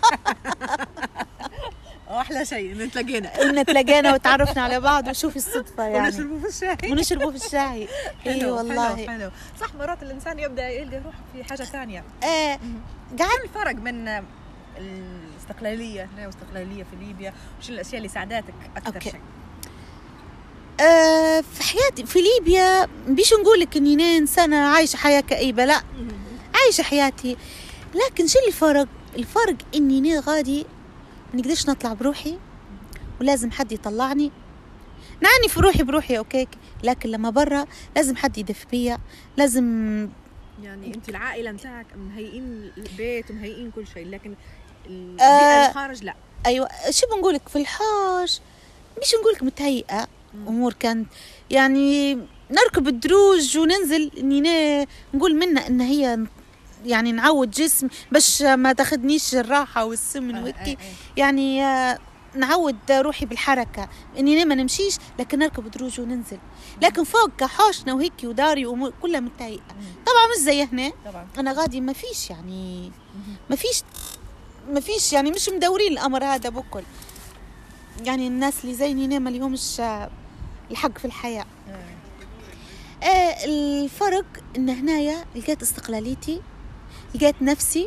واحلى شيء ان تلاقينا وتعرفنا على بعض وشوفي الصدفه يعني ونشربوا في الشاي. اي والله حلو. صح مرات الانسان يبدا يلقى روحه في حاجه ثانيه. قاعد الفرق من الاستقلاليه هنا والاستقلاليه في ليبيا، وش الاشياء اللي ساعدتك اكثر شيء؟ في حياتي في ليبيا بيش نقول لك اني انسانه عايشه حياه كئيبه، لا عايشه حياتي. لكن شو الفرق اني غادي نقدرش نطلع بروحي ولازم حد يطلعني. نعني في روحي بروحي اوكي، لكن لما برا لازم حد يدف بيا، لازم يعني انت العائله متاعك مهيئين البيت ومهيئين كل شيء، لكن البيئه الخارج لا. ايوه شو بنقولك في الحاج مش نقولك متهيئه امور. كانت يعني نركب الدروج وننزل اني نقول منا ان هي يعني نعود جسم باش ما تاخدنيش الراحه والسمن وهيك. يعني نعود روحي بالحركه اني ما نمشيش، لكن نركب دروج وننزل. لكن فوق كحوشنا وهيك وداري وامور كلها متهيئه. طبعا مش زي هنا طبعا. انا غادي ما فيش يعني ما فيش يعني مش مدورين الامر هذا بكل. يعني الناس اللي زيني ما لهمش الحق في الحياه. الفرق ان هنايا لقيت استقلاليتي، لقيت نفسي،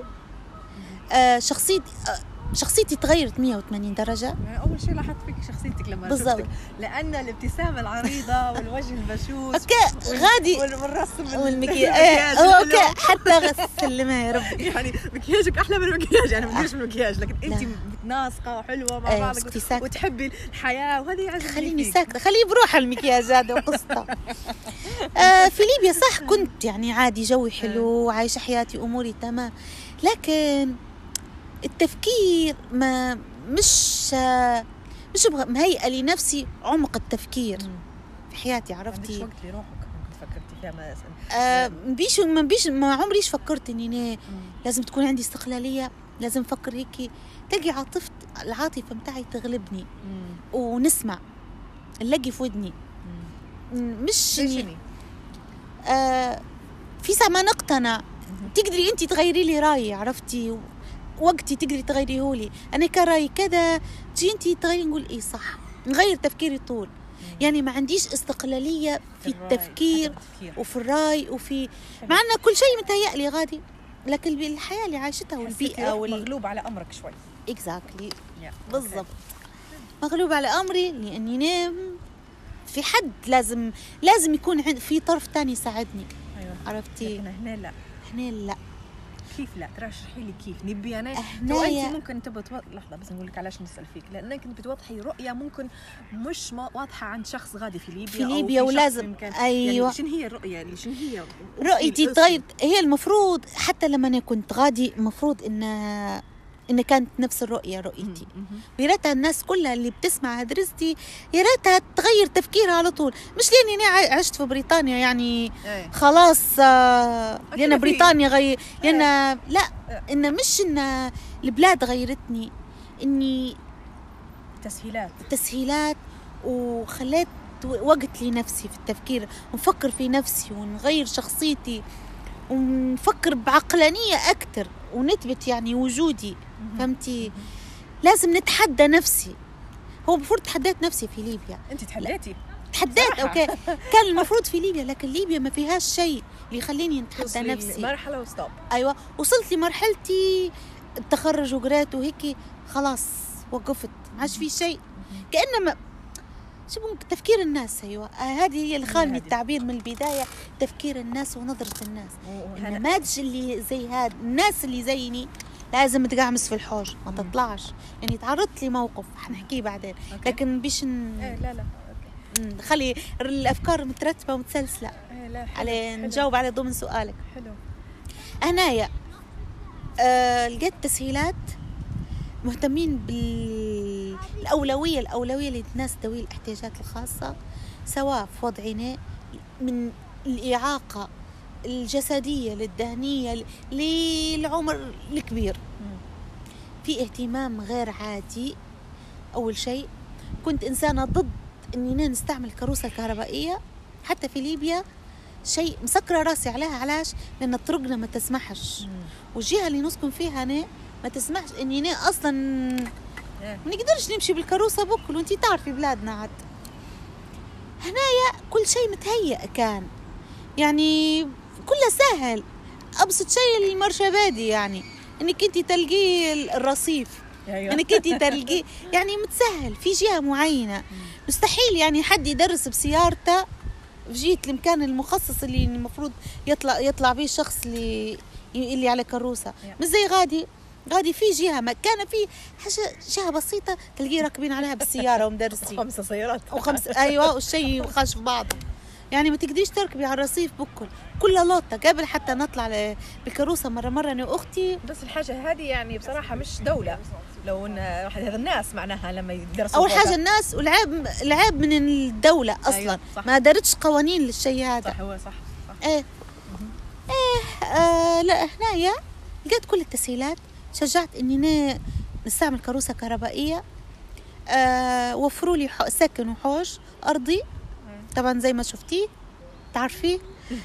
شخصيتي تغيرت 180 درجة. أول شيء لاحظت فيك شخصيتك لما شفتك، لأن الابتسامة العريضة والوجه البشوش أوكي غادي والرسم والمكياج أوكي حتى غسلمها يا ربي. يعني مكياجك أحلى من المكياج، يعني مديرش من المكياج، لكن أنت متناسقة وحلوة مع بعضك وتحبي الحياة، وهذا يعجبني. خليني ساكتة، خليه بروح المكياج هذا وقصته. في ليبيا صح كنت يعني عادي جوي حلو وعايشة حياتي أموري تمام، لكن التفكير مش مهيئة لنفسي عمق التفكير في حياتي. عرفتي عندك وقت لروحك كنت فكرتي فيها ما ما عمريش فكرت اني لازم تكون عندي استقلالية، لازم افكر هيك. تلقي العاطفة متاعي تغلبني ونسمع نلاقي في ودني مش في ساعة ما نقتنع تقدري انتي تغيري لي رأيي. عرفتي وقتي تقدري تغيريه لي، انا كان رايي كذا تجي انتي تغيري نقول ايه صح، نغير تفكيري طول. يعني ما عنديش استقلاليه في التفكير وفي الراي وفي مع ان كل شيء متهيأ لي غادي لكن الحياه اللي عايشتها والبيئه مغلوب على امرك شوي. اكزاكتلي Yeah. بالضبط. مغلوب على امري لاني نام في حد لازم يكون في طرف تاني يساعدني. ايوه عرفتي؟ لكن هنا لا. هنا لا. كيف لا؟ ترى اشرحي لي كيف نبي انا. هنايا انت ممكن تبغى لحظه بس نقول لك علاش نسال فيك، لانك انت بتوضحي رؤيه ممكن مش واضحه عند شخص غادي في ليبيا. في ليبيا أو في ولازم يعني ايوه شنو هي الرؤيه اللي شنو هي رؤيتي. طيب هي المفروض حتى لما انا كنت غادي المفروض ان كانت نفس الرؤيه رؤيتي. يا ريتها الناس كلها اللي بتسمع هدرستي يا ريتها تغير تفكيرها على طول، مش لاني انا عشت في بريطانيا يعني خلاص لان بريطانيا لان لا، ان مش ان البلاد غيرتني، اني تسهيلات وخليت وقت لنفسي في التفكير ونفكر في نفسي ونغير شخصيتي ونفكر بعقلانية أكتر ونثبت يعني وجودي. فهمتي؟ لازم نتحدى نفسي. هو المفروض تحديت نفسي في ليبيا. انت تحديتي؟ تحديت اوكي كان المفروض في ليبيا، لكن ليبيا ما فيهاش شيء اللي يخليني نتحدى نفسي. مرحلة وستوب. ايوه وصلت لمرحلتي التخرج وقريت وهيك خلاص وقفت ما عادش في شيء. كأنما شو ممكن تفكير الناس. ايوه هذه هي اللي خاني التعبير من البدايه، تفكير الناس ونظره الناس. ما عادش اللي زي هذا الناس اللي زيني لازم تقعمس في الحوش ما تطلعش. يعني تعرضت لي موقف حنحكيه بعدين لكن بيش لا خلي الافكار مترتبه ومتسلسله على نجاوب على ضمن سؤالك. حلو. هنايا لقيت تسهيلات مهتمين بالأولوية للناس ذوي الاحتياجات الخاصة، سواء في وضعنا من الإعاقة الجسدية للذهنية للعمر الكبير. في اهتمام غير عادي. أول شيء كنت إنسانة ضد إننا نستعمل الكروسة الكهربائية حتى في ليبيا، شيء مسكرة راسي عليها. علاش؟ لأن طرقنا ما تسمحش والجهة اللي نسكن فيها أنا ما تسمحش إني أصلاً ما نقدرش نمشي بالكروسة بكل. وانتي تعرفي بلادنا عاد هنايا كل شيء متهيأ كان يعني كله سهل. أبسط شيء المرشبادي يعني إنك انتي تلقي الرصيف إنك انتي تلقي يعني متسهل في جهة معينة. مستحيل يعني حد يدرس بسيارته في جهة المكان المخصص اللي المفروض يطلع به الشخص اللي على كروسة. مش زي غادي في جهة ما كان في جهة بسيطة تلقيه راكبين عليها بالسيارة ومدرسين 5 سيارات أيوة والشيء خاش في بعضه. يعني ما تقدريش تركبي على الرصيف كلها لوطة. قبل حتى نطلع بالكروسة مرة أنا وأختي. بس الحاجة هذه يعني بصراحة مش دولة، لو إن هذا الناس معناها لما يدرسوا أول حاجة الناس والعيب من الدولة أصلا. أيوة ما دارتش قوانين للشيء هذا. صح هو صح. لا هنايا لقيت كل التسهيلات. شجعت إني نستعمل كروسة كهربائية. وفروا لي سكن وحوش أرضي طبعا زي ما شفتيه تعرفي.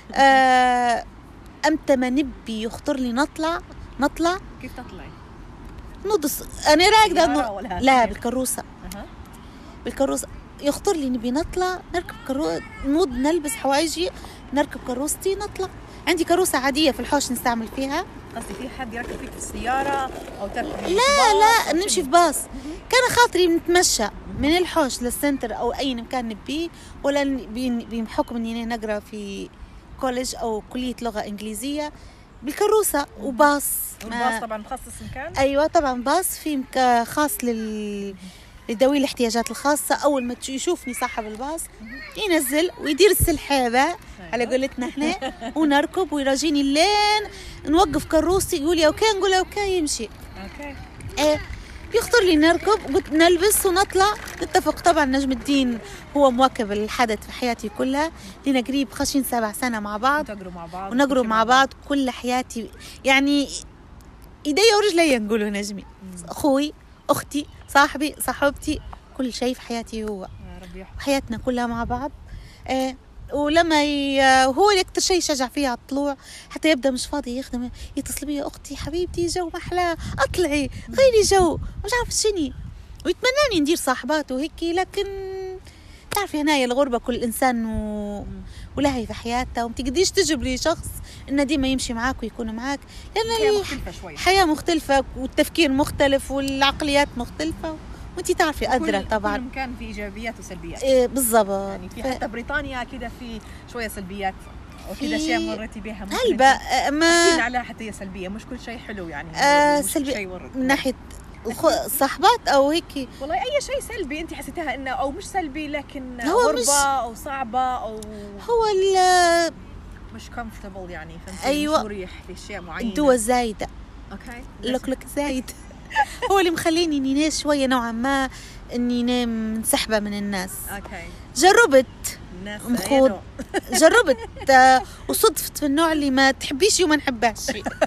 أمتى ما نبي يخطر لي نطلع. كيف تطلعي؟ نضص أنا راكدة لا بالكروسة. بالكروسة يخطر لي نبي نطلع نركب نلبس حوايجي نركب كروستي نطلع. عندي كروسة عادية في الحوش نستعمل فيها. قصدي في حد يركب فيك في السيارة أو تركبي لا نمشي في باص. كان خاطري نتمشى من الحوش للسنتر أو أي مكان نبيه، ولا بحكم إني نقرأ في كوليج أو كلية لغة إنجليزية بالكروسة وباص. الباص طبعا مخصص مكان. أيوة طبعا باص في خاص لذوي الاحتياجات الخاصة. أول ما يشوفني صاحب الباص ينزل ويدير السلحابة على قولتنا احنا ونركب ويراجيني اللين نوقف كروسي يقول لي اوكي نقول اوكي يمشي اوكي. يخطر لي نركب قلت نلبس ونطلع نتفق. طبعا نجم الدين هو مواكب الحدث في حياتي كلها لنا قريب خشين 7 سنة مع بعض ونقروا مع بعض كل حياتي يعني ايديا ورجلي نقولوا نجمي. اخوي اختي صاحبي صاحبتي كل شيء في حياتي هو. حياتنا كلها مع بعض. ولما هو اللي أكتر شيء شجع فيها على الطلوع حتى يبدأ مش فاضي يخدم يتصل بي أختي حبيبتي جو محلى أطلعي غيري جو مش عارف شني ويتمناني ندير صاحبات وهيك. لكن تعرفي هنايا الغربة كل إنسان ولها في حياتها، وما تقدريش تجبري شخص إنه ديما يمشي معاك ويكون معاك، لأن مختلفة شوي، الحياة مختلفة والتفكير مختلف والعقليات مختلفة، وانتي تعرفي أدرى طبعا. كل مكان في إيجابيات وسلبيات. بالضبط. يعني في حتى بريطانيا كده في شوية سلبيات وكذا أشياء مرتي بها. هلبا ما عليها حتى هي سلبية، مش كل شيء حلو يعني. مش سلبي شيء ورد من ناحية صحبات أو هيك. والله أي شيء سلبي أنت حسيتها إنه أو مش سلبي لكن هو غربة مش أو صعبة أو هو مش comfortable يعني، فهمتي؟ أيوة. مش مريح في أشياء معينة. الدول زايدة. أوكي. لك زايد. هو اللي مخليني إني ناس شوية نوعا ما إني منسحبة من الناس. أوكي. جربت الناس مخوض، جربت وصدفت في النوع اللي ما تحبيش وما نحبهاش.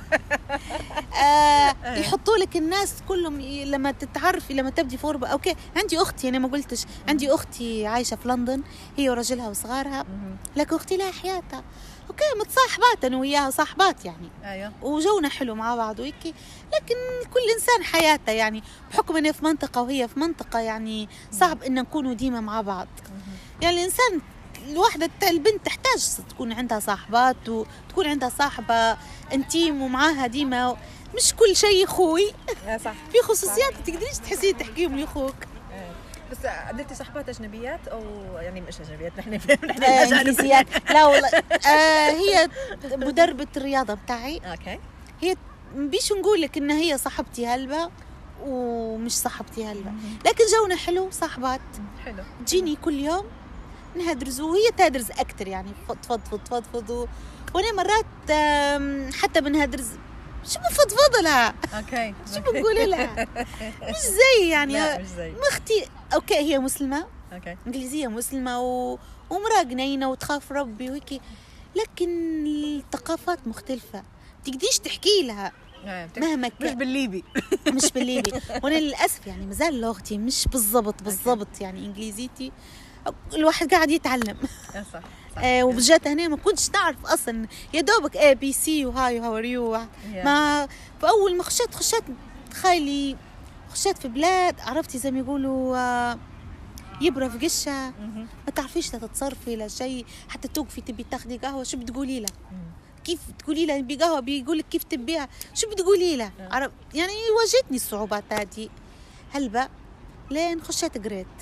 يحطوا لك الناس كلهم لما تتعرفي، لما تبدي في غربة. اوكي عندي اختي، انا ما قلتش عندي اختي عايشة في لندن، هي ورجلها وصغارها، لكن اختي لها حياتها. اوكي متصاحبات انا وياها، صاحبات يعني. أيوة. وجونا حلو مع بعض ويكي، لكن كل انسان حياته يعني، بحكم اني في منطقة وهي في منطقة يعني صعب ان نكونوا ديما مع بعض. يعني الانسان الواحدة البنت تحتاج تكون عندها صاحبات وتكون عندها صاحبة انتيم ومعاها ديما، مش كل شيء اخوي. صح. في خصوصيات تقدريش تحسيه تحكيهم لاخوك. بس قدرتي صاحبات اجنبيات او يعني مش اجنبيات، نحن انجليزيات؟ لا والله. هي مدربة الرياضة بتاعي. اوكي. هي بيش نقول لك ان هي صاحبتي هلبة ومش صاحبتي هلبة، لكن جونا حلو، صاحبات حلو. تجيني كل يوم نهدرز وهي تهدرز اكثر يعني، فضفض وانا مرات حتى بنهدرز شو بفضفض لها. اوكي. شو بقول لها؟ مش زي يعني. لا مش زي اختي اوكي هي مسلمة، اوكي انجليزية مسلمة ومرأة جنينة وتخاف ربي وهيك، لكن الثقافات مختلفة، تقديش تحكي لها مهما مش بالليبي. مش بالليبي. وانا للاسف يعني مازال لغتي مش بالضبط يعني انجليزيتي الواحد قاعد يتعلم. صح. وبجات هنا ما كنتش نعرف اصلا، يا دوبك اي بي سي وهاي هاو ار يو. ما فاول ما خشيت تخيلي خشيت في بلاد عرفتي زي ما يقولوا يبرى في قشه، ما تعرفيش تتصرفي لا شيء، حتى توقفي تبي تاخدي قهوه شو بتقولي له؟ كيف تقولي له نبي قهوه؟ بيقول لك كيف تبيها، شو بتقولي له؟ يعني واجهتني الصعوبات هذه هلبا لين خشيت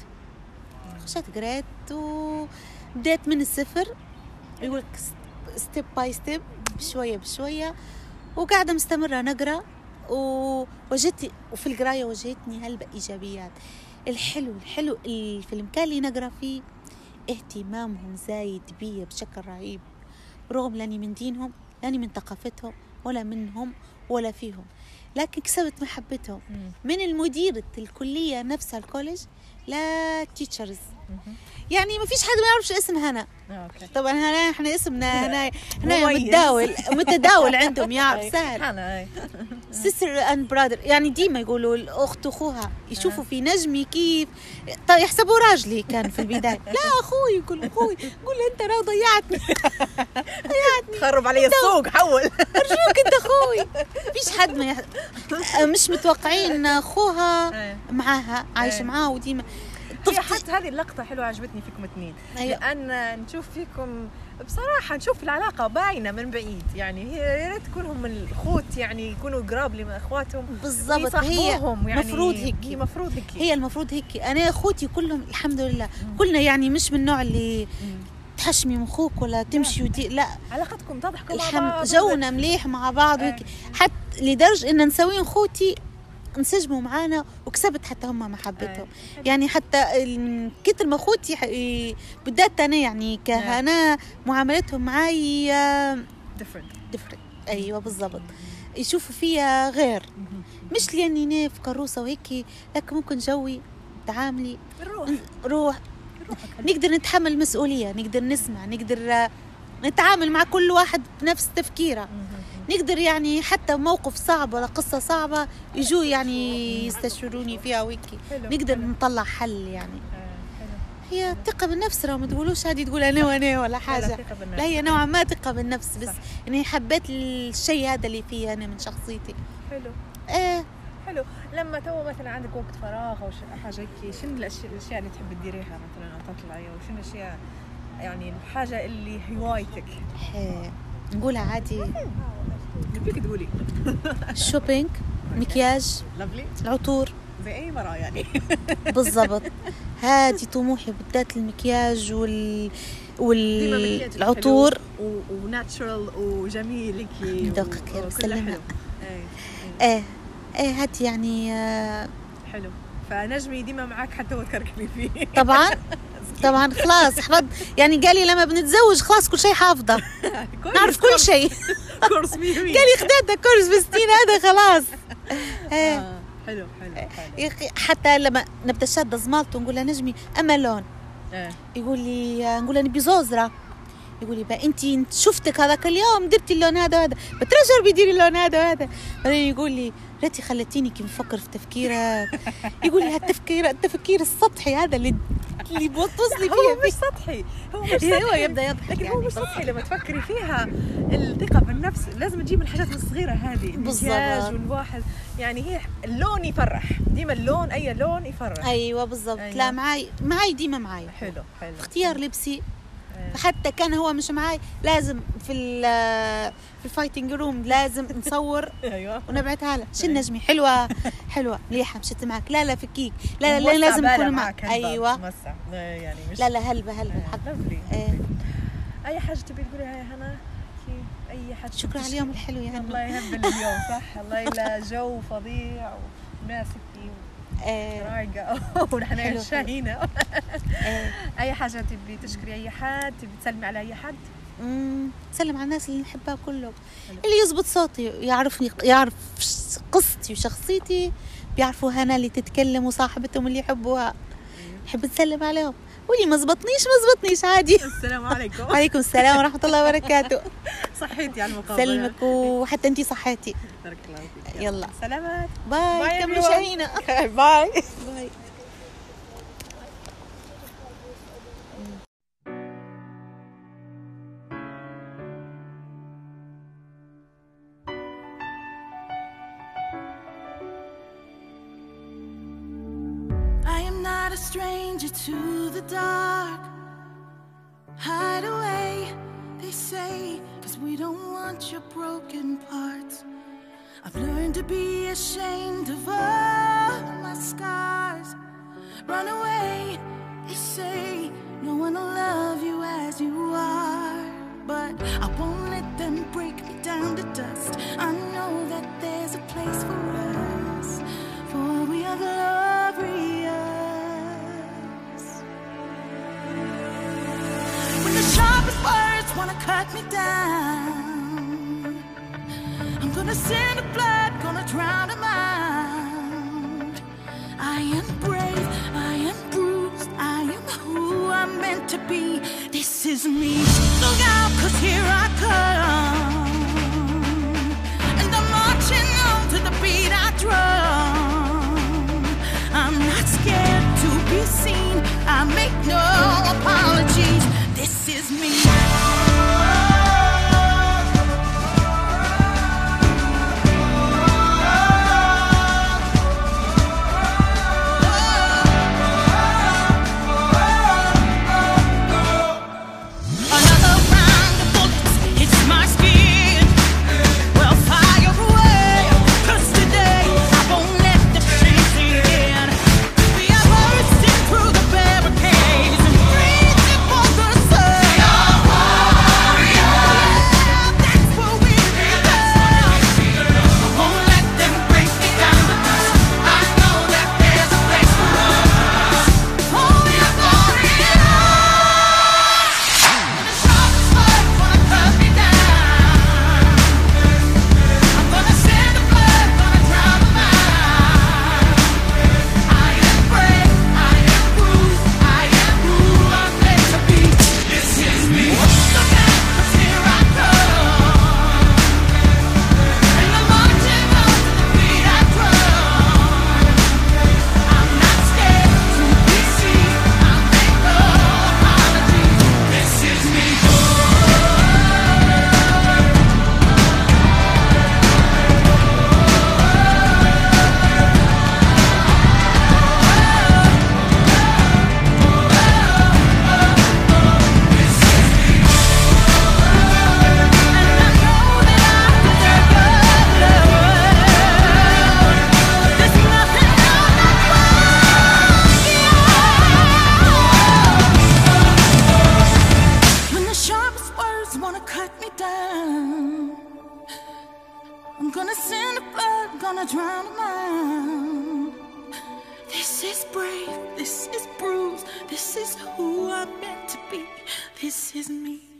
قريت وبدأت من الصفر، يقولك ستيب باي ستيب، بشوية وقاعدة مستمرة نقرأ، ووجدت وفي القراية وجهتني هلبا إيجابيات. الحلو في المكان اللي نقرأ فيه اهتمامهم زايد بي بشكل رهيب، رغم لاني من دينهم، لاني من ثقافتهم، ولا منهم ولا فيهم، لكن كسبت محبتهم من المديرة الكلية نفسها الكوليج لا تيتشرز. يعني ما فيش حد ما يعرفش اسم هنا. طبعا هنا احنا اسمنا هنا متداول عندهم، يعرف سهل. سيستر اند برادر، يعني ديما يقولوا الاخت اخوها، يشوفوا في نجمي كيف يحسبوا راجلي كان في البدايه. لا اخوي، يقول اخوي، قول انت راه ضيعتني خرب علي السوق، حول ارجوك انت اخوي. فيش حد مش متوقعين اخوها معاها عايشه معاها وديما. حتى هذه اللقطة حلوة عجبتني فيكم اثنين. أيوة. لأن نشوف فيكم بصراحة، نشوف العلاقة باينة من بعيد، يعني يا ريت تكونهم من الأخوت، يعني يكونوا قراب لأخواتهم بالضبط. هي يعني مفروض هيك، هي المفروض هيك. أنا أخوتي كلهم الحمد لله كلنا يعني مش من النوع اللي تحشمي من أخوك ولا تمشي لا، علاقتكم تضحكوا مع بعض، جونا مليح مع بعض وهيك. حتى لدرجة إن نسوي أخوتي انسجموا معانا وكسبت حتى هم محبتهم. يعني حتى من كتر ما اخوتي بدات انا يعني كهنا معاملتهم معي different. ايوه بالضبط، يشوفوا فيها غير، مش لاني في كروسه وهيك، لكن ممكن جوي تعاملي روح نقدر نتحمل مسؤوليه، نقدر نسمع، نقدر نتعامل مع كل واحد بنفس تفكيره، نقدر يعني حتى موقف صعب ولا قصة صعبة يجوا يعني يستشيروني فيها ويكي، نقدر نطلع حل يعني. هي الثقة بالنفس، لو ما تقولوش هذه تقول أنا ولا حاجة، لا هي نوعا ما ثقة بالنفس، بس إني حبيت الشيء هذا اللي فيه أنا من شخصيتي. حلو. حلو. لما تو مثلا عندك وقت فراغ او حاجه هيك، شنو الاشياء اللي تحب تديريها مثلا او تطلعي، او شنو الاشياء يعني الحاجه اللي هوايتك؟ نقولها عادي، نبيك تقولي. الشوبينج، مكياج، لافلي، العطور. زي اي مرة يعني. بالضبط. هادي طموحي، بالذات المكياج والعطور وناتشرال وجميل هيك ذوقك يا وكله مسلمة. حلو. ايه هادي يعني حلو. فنجمي ديما معاك حتى وتكركبي فيه. طبعا خلاص حفظ يعني. قال لي لما بنتزوج خلاص كل شيء حافظه، نعرف كل شيء. كورس 100. قال لي خديت كورس ب60 هذا خلاص. حلو. يا اخي حتى لما نبدا شاده زمالته نقول له نجمي اما لون، يقول لي نقول له نبي زوزره، يقول لي بقى انت شفتك هذاك اليوم درتي اللون هذا وهذا، بترجع بيديري اللون هذا وهذا. بعدين يقول لي ريتي خلتيني كي نفكر في تفكيرك. يقول لي التفكير السطحي هذا اللي بوصلي فيه. هو مش سطحي، هو يبدا يضحك لكن يعني. هو مش سطحي لما تفكري فيها. الثقة بالنفس لازم تجيب من الحاجات الصغيرة هذه، المكياج والواحد يعني. هي اللون يفرح ديما، اللون أي لون يفرح. أيوة بالضبط. أيوة. لا معاي ديما معاي. حلو. اختيار لبسي حتى كان هو مش معاي لازم في الفايتنج روم لازم نصور. ايوه ونبعتها له. شو النجمي حلوه مليحه مشيت معك، لا فكيك، لا لازم يكون معك. ايوه موسع يعني مش لا هلبة الحق. اي حاجه تبي تقوليها يا هنا؟ اي حاجه. شكرا على اليوم الحلو يعني. الله يهبل اليوم صح. الله يلا جو فظيع وناس رايقه ونحن شاهينه. اي حاجه تبي تشكري اي حد، تبي تسلمي على اي حد؟ سلم على الناس اللي نحبها كلهم. اللي يزبط صوتي يعرفني، يعرف قصتي وشخصيتي، بيعرفوا هنا اللي تتكلم وصاحبتهم اللي يحبوها، نحب نسلم عليهم. واللي ما زبطنيش عادي. السلام عليكم. وعليكم السلام ورحمه الله وبركاته. صحيتي على المقابله. سلمك وحتى انتي صحيتي. بارك الله فيك. يلا سلامات. باي. كملوا شاهينا. باي. A stranger to the dark. Hide away, they say, 'cause we don't want your broken parts. I've learned to be ashamed of all my scars. Run away, they say, no one will love you as you are. But I won't let them break me down to dust. I know that there's a place for us, for we are glorious. Sharpest words wanna cut me down. I'm gonna send a flood, gonna drown them out. I am brave, I am bruised, I am who I'm meant to be. This is me. Look out, 'cause here I come, and I'm marching on to the beat I drum. I'm not scared to be seen, I make no apologies. This is me. Another round of bullets hits my This is me.